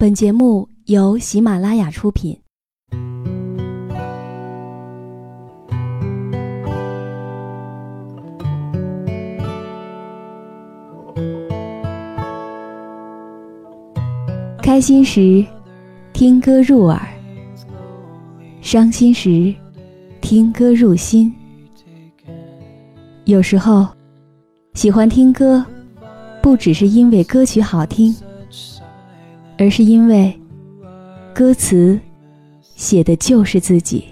本节目由喜马拉雅出品。开心时听歌入耳，伤心时听歌入心。有时候喜欢听歌，不只是因为歌曲好听，而是因为歌词写的就是自己。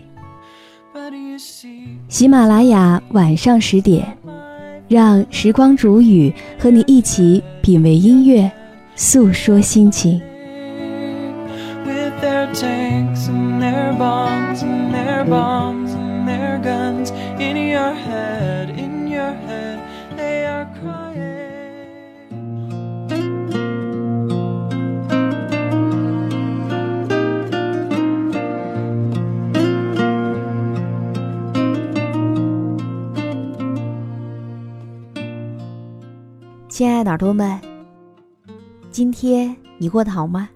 喜马拉雅晚上10点，让时光煮雨和你一起品味音乐，诉说心情。 Their tanks and their bombs and their bombs and their guns in your head, they are crying. 亲爱的耳朵们，今天你过得好吗？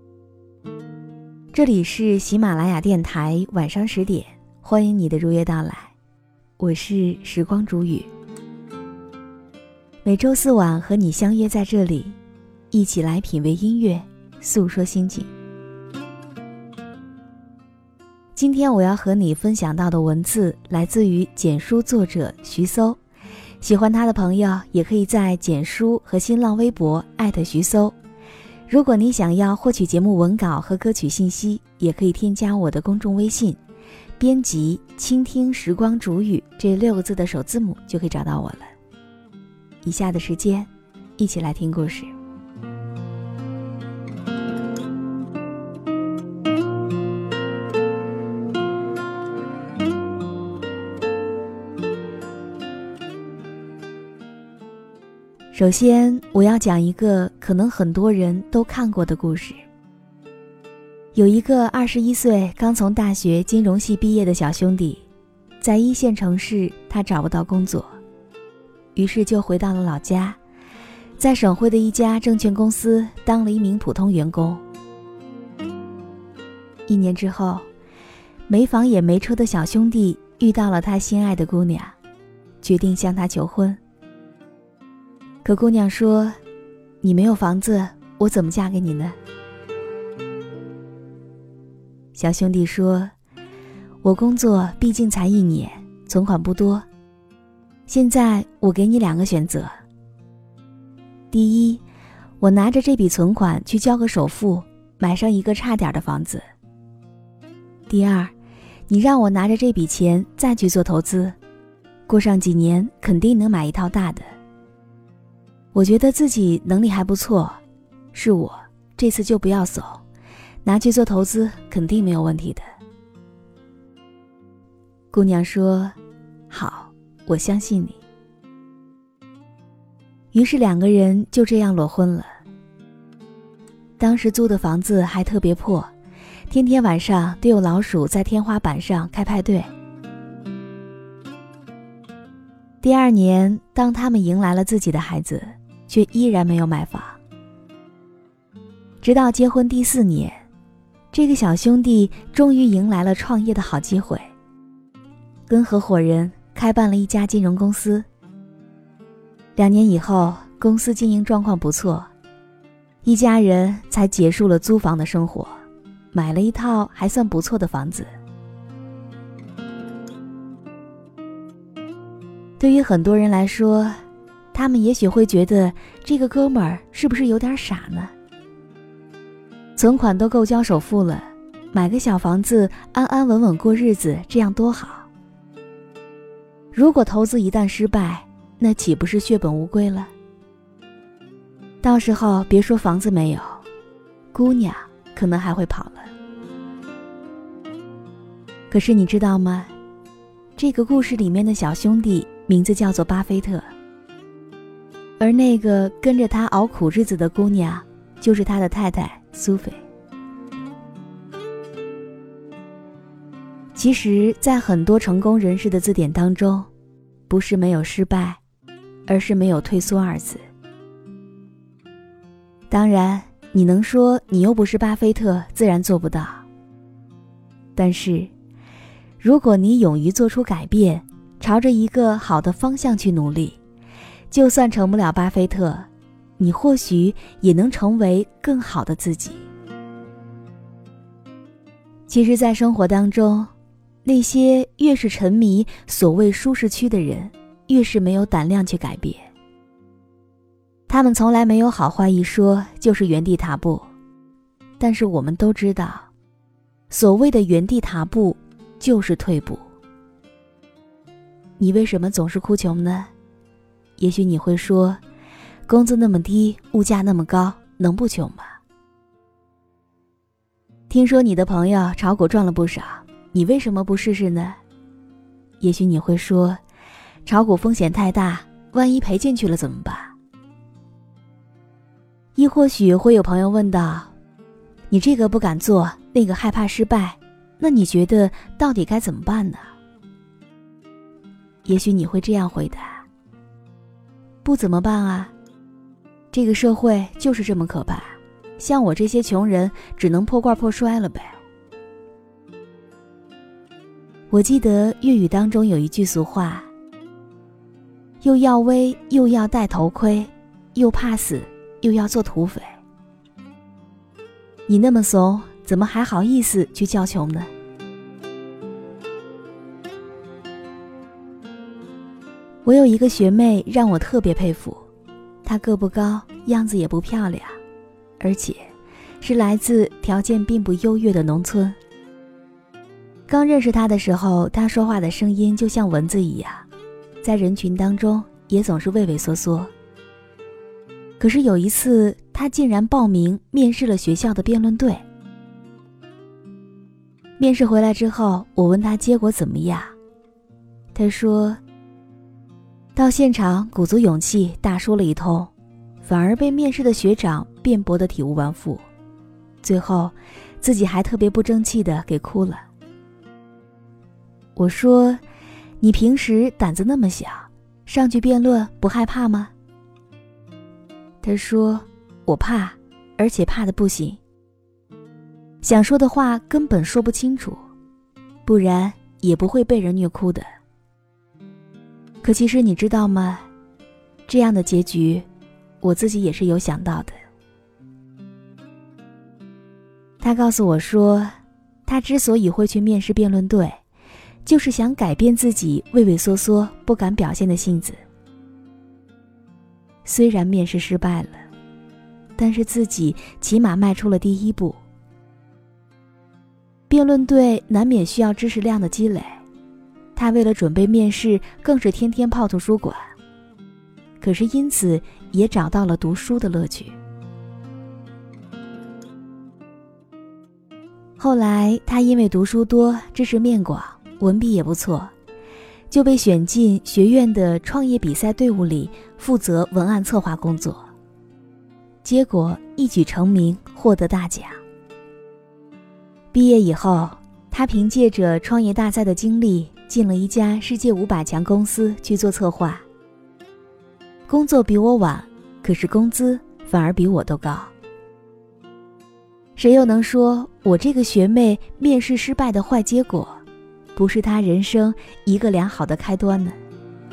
这里是喜马拉雅电台晚上10点，欢迎你的如约到来，我是时光煮雨。每周4晚和你相约在这里，一起来品味音乐，诉说心情。今天我要和你分享到的文字来自于简书作者徐搜，喜欢他的朋友也可以在简书和新浪微博徐搜。如果你想要获取节目文稿和歌曲信息，也可以添加我的公众微信，编辑倾听时光煮雨这6个字的首字母就可以找到我了。以下的时间一起来听故事。首先我要讲一个可能很多人都看过的故事。有一个21岁刚从大学金融系毕业的小兄弟，在1线城市他找不到工作，于是就回到了老家，在省会的一家证券公司当了一名普通员工。1年之后，没房也没车的小兄弟遇到了他心爱的姑娘，决定向她求婚。可姑娘说，你没有房子，我怎么嫁给你呢？小兄弟说，我工作毕竟才1年，存款不多，现在我给你2个选择。第一，我拿着这笔存款去交个首付，买上一个差点的房子。第二，你让我拿着这笔钱再去做投资，过上几年肯定能买一套大的。我觉得自己能力还不错，是我这次就不要怂，拿去做投资肯定没有问题的。姑娘说，好，我相信你。于是2个人就这样裸婚了。当时租的房子还特别破，天天晚上都有老鼠在天花板上开派对。第2年，当他们迎来了自己的孩子，却依然没有买房。直到结婚第4年，这个小兄弟终于迎来了创业的好机会，跟合伙人开办了一家金融公司。2年以后，公司经营状况不错，一家人才结束了租房的生活，买了一套还算不错的房子。对于很多人来说，他们也许会觉得这个哥们儿是不是有点傻呢？存款都够交首付了，买个小房子安安稳稳过日子，这样多好。如果投资一旦失败，那岂不是血本无归了？到时候别说房子没有，姑娘可能还会跑了。可是你知道吗？这个故事里面的小兄弟名字叫做巴菲特，而那个跟着他熬苦日子的姑娘，就是他的太太苏菲。其实在很多成功人士的字典当中，不是没有失败，而是没有退缩2字。当然你能说你又不是巴菲特，自然做不到。但是，如果你勇于做出改变，朝着一个好的方向去努力，就算成不了巴菲特，你或许也能成为更好的自己。其实在生活当中，那些越是沉迷所谓舒适区的人，越是没有胆量去改变。他们从来没有好话一说，就是原地踏步。但是我们都知道，所谓的原地踏步就是退步。你为什么总是哭穷呢？也许你会说，工资那么低，物价那么高，能不穷吗？听说你的朋友炒股赚了不少，你为什么不试试呢？也许你会说，炒股风险太大，万一赔进去了怎么办？亦或许会有朋友问道，你这个不敢做，那个害怕失败，那你觉得到底该怎么办呢？也许你会这样回答，不怎么办啊，这个社会就是这么可怕，像我这些穷人只能破罐破摔了呗。我记得粤语当中有一句俗话，又要威又要戴头盔，又怕死又要做土匪。你那么怂，怎么还好意思去叫穷呢？我有一个学妹让我特别佩服，她个不高，样子也不漂亮，而且是来自条件并不优越的农村。刚认识她的时候，她说话的声音就像蚊子一样，在人群当中也总是畏畏缩缩。可是有一次，她竟然报名面试了学校的辩论队。面试回来之后，我问她结果怎么样，她说到现场鼓足勇气大说了一通，反而被面试的学长辩驳得体无完肤，最后自己还特别不争气地给哭了。我说，你平时胆子那么小，上去辩论不害怕吗？他说，我怕，而且怕得不行，想说的话根本说不清楚，不然也不会被人虐哭的。可其实你知道吗？这样的结局，我自己也是有想到的。他告诉我说，他之所以会去面试辩论队，就是想改变自己畏畏缩缩不敢表现的性子。虽然面试失败了，但是自己起码迈出了第一步。辩论队难免需要知识量的积累，他为了准备面试更是天天泡图书馆，可是因此也找到了读书的乐趣。后来他因为读书多，知识面广，文笔也不错，就被选进学院的创业比赛队伍里，负责文案策划工作。结果一举成名，获得大奖。毕业以后，他凭借着创业大赛的经历，进了一家世界500强公司去做策划。工作比我晚，可是工资反而比我都高。谁又能说我这个学妹面试失败的坏结果，不是她人生一个良好的开端呢？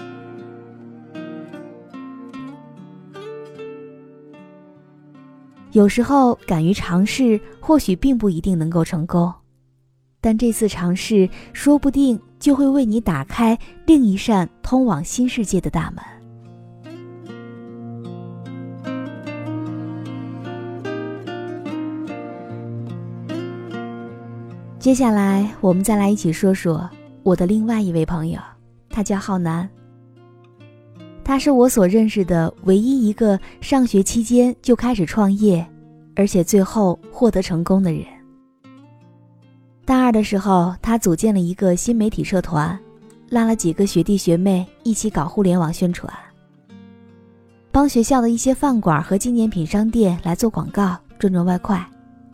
有时候敢于尝试，或许并不一定能够成功，但这次尝试说不定就会为你打开另一扇通往新世界的大门。接下来我们再来一起说说我的另外一位朋友，他叫浩南。他是我所认识的唯一一个上学期间就开始创业，而且最后获得成功的人。大二的时候，他组建了一个新媒体社团，拉了几个学弟学妹一起搞互联网宣传，帮学校的一些饭馆和纪念品商店来做广告，赚赚外快。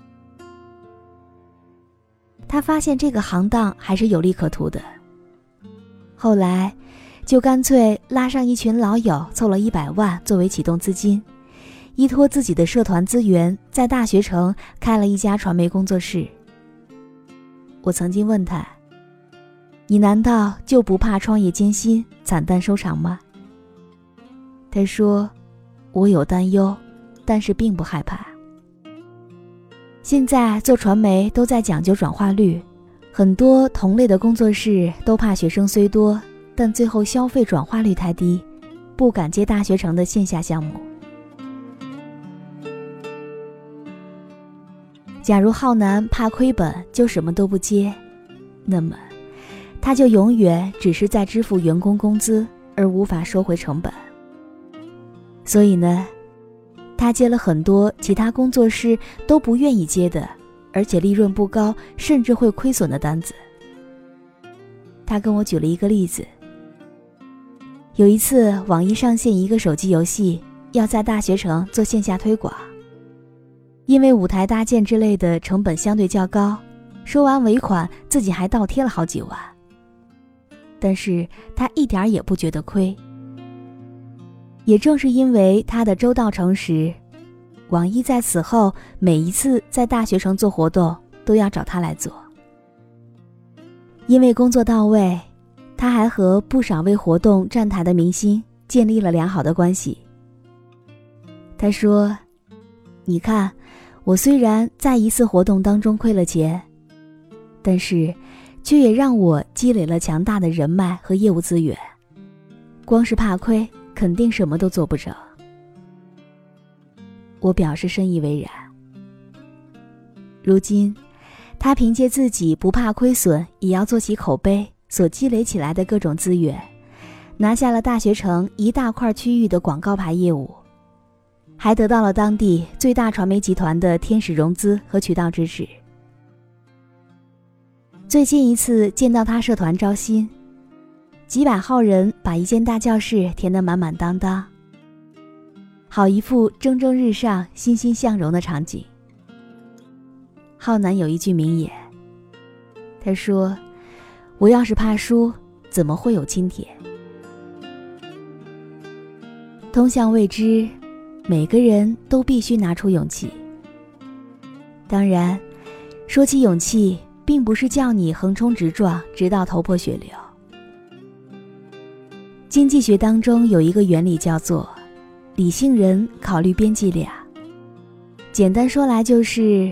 他发现这个行当还是有利可图的，后来就干脆拉上一群老友，凑了100万作为启动资金， 依托自己的社团资源，在大学城开了一家传媒工作室。我曾经问他，你难道就不怕创业艰辛，惨淡收场吗？他说，我有担忧，但是并不害怕。现在做传媒都在讲究转化率，很多同类的工作室都怕学生虽多，但最后消费转化率太低，不敢接大学城的线下项目。假如浩南怕亏本就什么都不接，那么他就永远只是在支付员工工资，而无法收回成本。所以呢，他接了很多其他工作室都不愿意接的，而且利润不高，甚至会亏损的单子。他跟我举了一个例子，有一次网易上线一个手机游戏，要在大学城做线下推广，因为舞台搭建之类的成本相对较高，收完尾款自己还倒贴了好几万，但是他一点也不觉得亏。也正是因为他的周到诚实，网易在此后每一次在大学城做活动都要找他来做。因为工作到位，他还和不少为活动站台的明星建立了良好的关系。他说，你看，我虽然在一次活动当中亏了钱，但是却也让我积累了强大的人脉和业务资源，光是怕亏肯定什么都做不成。我表示深以为然。如今他凭借自己不怕亏损也要做起口碑所积累起来的各种资源，拿下了大学城一大块区域的广告牌业务，还得到了当地最大传媒集团的天使融资和渠道支持。最近一次见到他社团招新，几百号人把一间大教室填得满满当当，好一副蒸蒸日上、欣欣向荣的场景。浩南有一句名言，他说，我要是怕输，怎么会有今天？通向未知，每个人都必须拿出勇气。当然，说起勇气，并不是叫你横冲直撞，直到头破血流。经济学当中有一个原理叫做理性人考虑边际量。简单说来就是，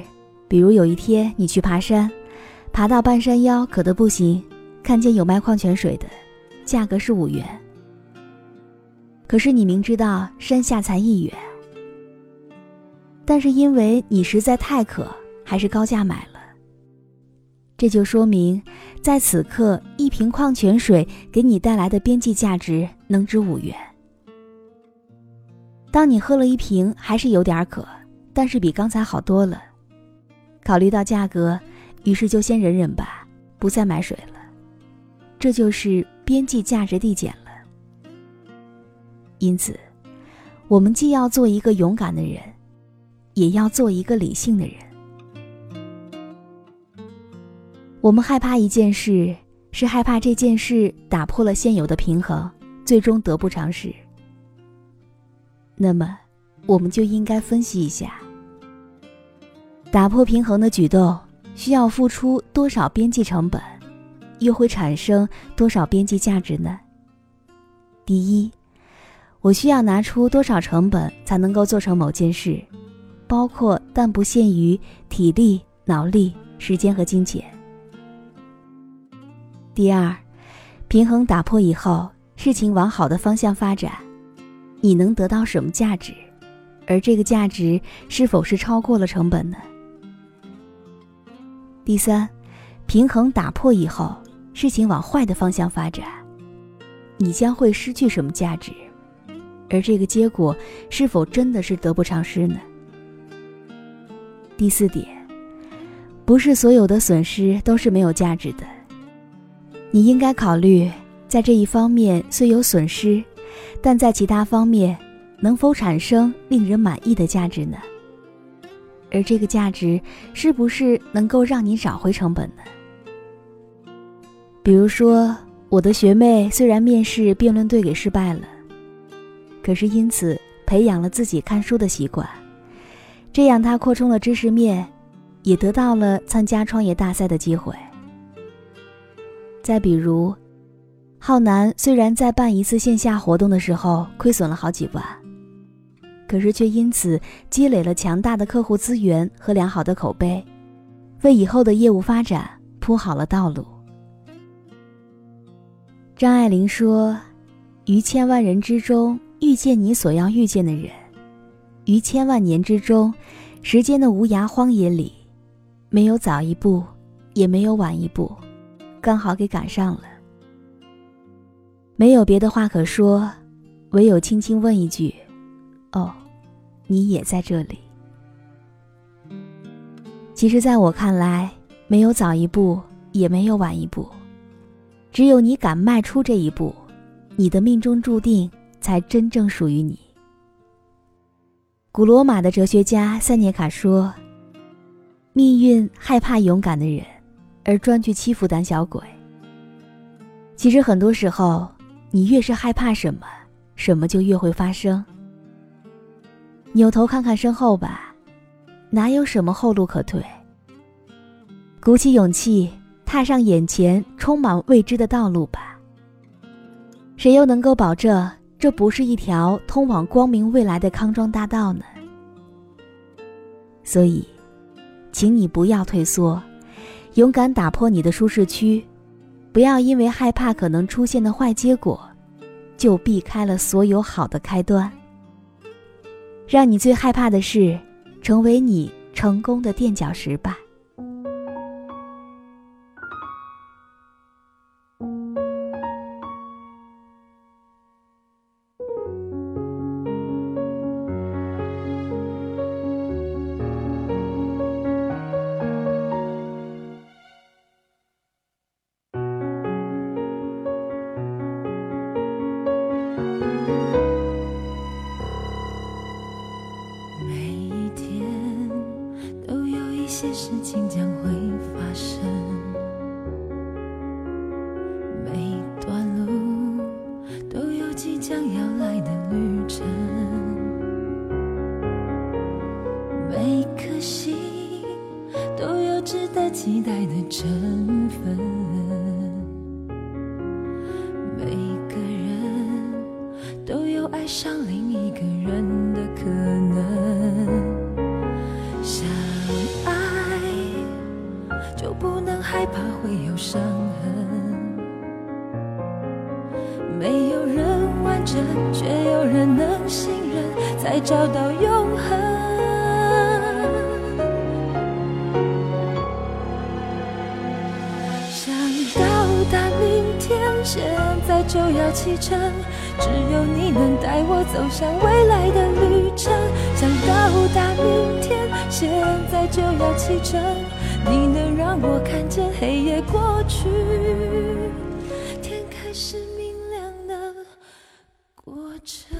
比如有一天你去爬山，爬到半山腰渴得不行，看见有卖矿泉水的，价格是5元。可是你明知道山下才1元，但是因为你实在太渴，还是高价买了。这就说明，在此刻一瓶矿泉水给你带来的边际价值能值5元。当你喝了一瓶还是有点渴，但是比刚才好多了，考虑到价格，于是就先忍忍吧，不再买水了。这就是边际价值递减了。因此，我们既要做一个勇敢的人，也要做一个理性的人。我们害怕一件事，是害怕这件事打破了现有的平衡，最终得不偿失。那么，我们就应该分析一下，打破平衡的举动需要付出多少边际成本，又会产生多少边际价值呢？第一，我需要拿出多少成本才能够做成某件事，包括但不限于体力、脑力、时间和金钱。第二，平衡打破以后，事情往好的方向发展，你能得到什么价值？而这个价值是否是超过了成本呢？第三，平衡打破以后，事情往坏的方向发展，你将会失去什么价值？而这个结果是否真的是得不偿失呢？第四点，不是所有的损失都是没有价值的。你应该考虑，在这一方面虽有损失，但在其他方面能否产生令人满意的价值呢？而这个价值是不是能够让你找回成本呢？比如说，我的学妹虽然面试辩论队给失败了，可是因此培养了自己看书的习惯，这样他扩充了知识面，也得到了参加创业大赛的机会。再比如，浩南虽然在办一次线下活动的时候亏损了好几万，可是却因此积累了强大的客户资源和良好的口碑，为以后的业务发展铺好了道路。张爱玲说，于千万人之中遇见你所要遇见的人，于千万年之中，时间的无涯荒野里，没有早一步，也没有晚一步，刚好给赶上了。没有别的话可说，唯有轻轻问一句，哦，你也在这里。其实在我看来，没有早一步，也没有晚一步，只有你敢迈出这一步，你的命中注定才真正属于你。古罗马的哲学家塞涅卡说，命运害怕勇敢的人，而专去欺负胆小鬼。其实很多时候，你越是害怕什么，什么就越会发生。扭头看看身后吧，哪有什么后路可退？鼓起勇气，踏上眼前充满未知的道路吧。谁又能够保证这不是一条通往光明未来的康庄大道呢？所以，请你不要退缩，勇敢打破你的舒适区，不要因为害怕可能出现的坏结果，就避开了所有好的开端。让你最害怕的事，成为你成功的垫脚石吧。 些事情将会发生，每段路都有即将要来的旅程，每颗心都有值得期待的成分，每个人都有爱上另一个人的可能。相爱就不能害怕会有伤痕，没有人完整，却有人能信任，才找到永恒。想到达明天，现在就要启程，只有你能带我走向未来的旅程。想到达明天，现在就要启程，你能让我看见黑夜过去，天开始明亮的过程。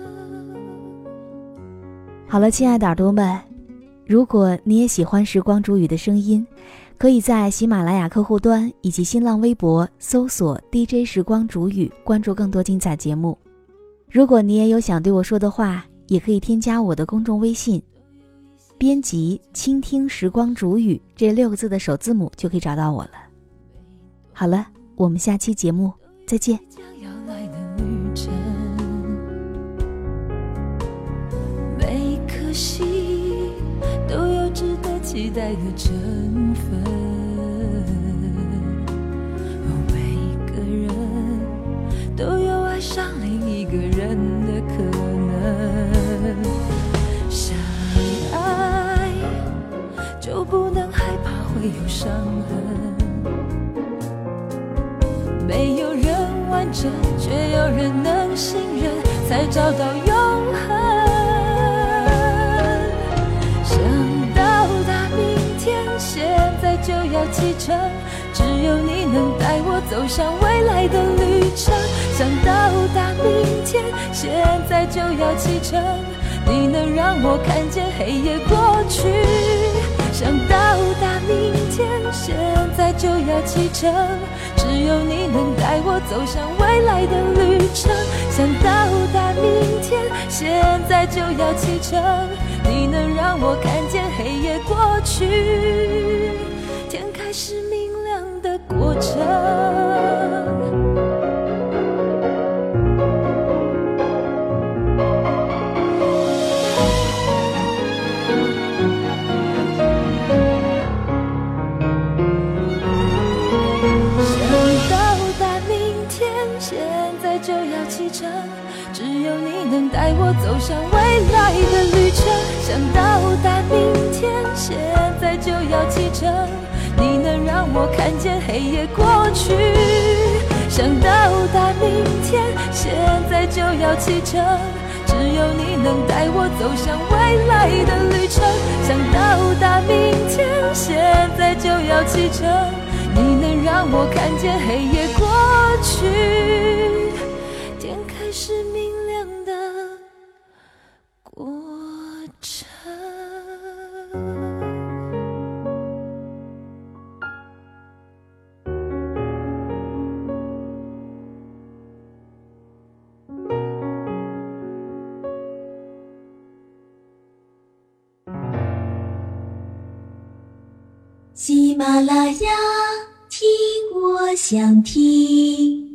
好了，亲爱的耳朵们，如果你也喜欢时光煮雨的声音，可以在喜马拉雅客户端以及新浪微博搜索 DJ 时光煮雨，关注更多精彩节目。如果你也有想对我说的话，也可以添加我的公众微信，编辑倾听时光煮雨这6个字的首字母就可以找到我了。好了，我们下期节目再见。 每颗心都有值得期待的成分，每个人都有爱上另一个人的可能。相爱就不能害怕会有伤痕，没有人完整，却有人能信任，才找到永恒。就要启程，只有你能带我走向未来的旅程。想到达明天，现在就要启程，你能让我看见黑夜过去。想到达明天，现在就要启程，只有你能带我走向未来的旅程。想到达明天，现在就要启程。你能让我看见黑夜过去，天开始明亮的过程。就要启程，只有你能带我走向未来的旅程。想到达明天，现在就要启程。你能让我看见黑夜过去。想到达明天，现在就要启程。只有你能带我走向未来的旅程。想到达明天，现在就要启程。你能让我看见黑夜过去。是明亮的过程。 喜马拉雅，听我想听。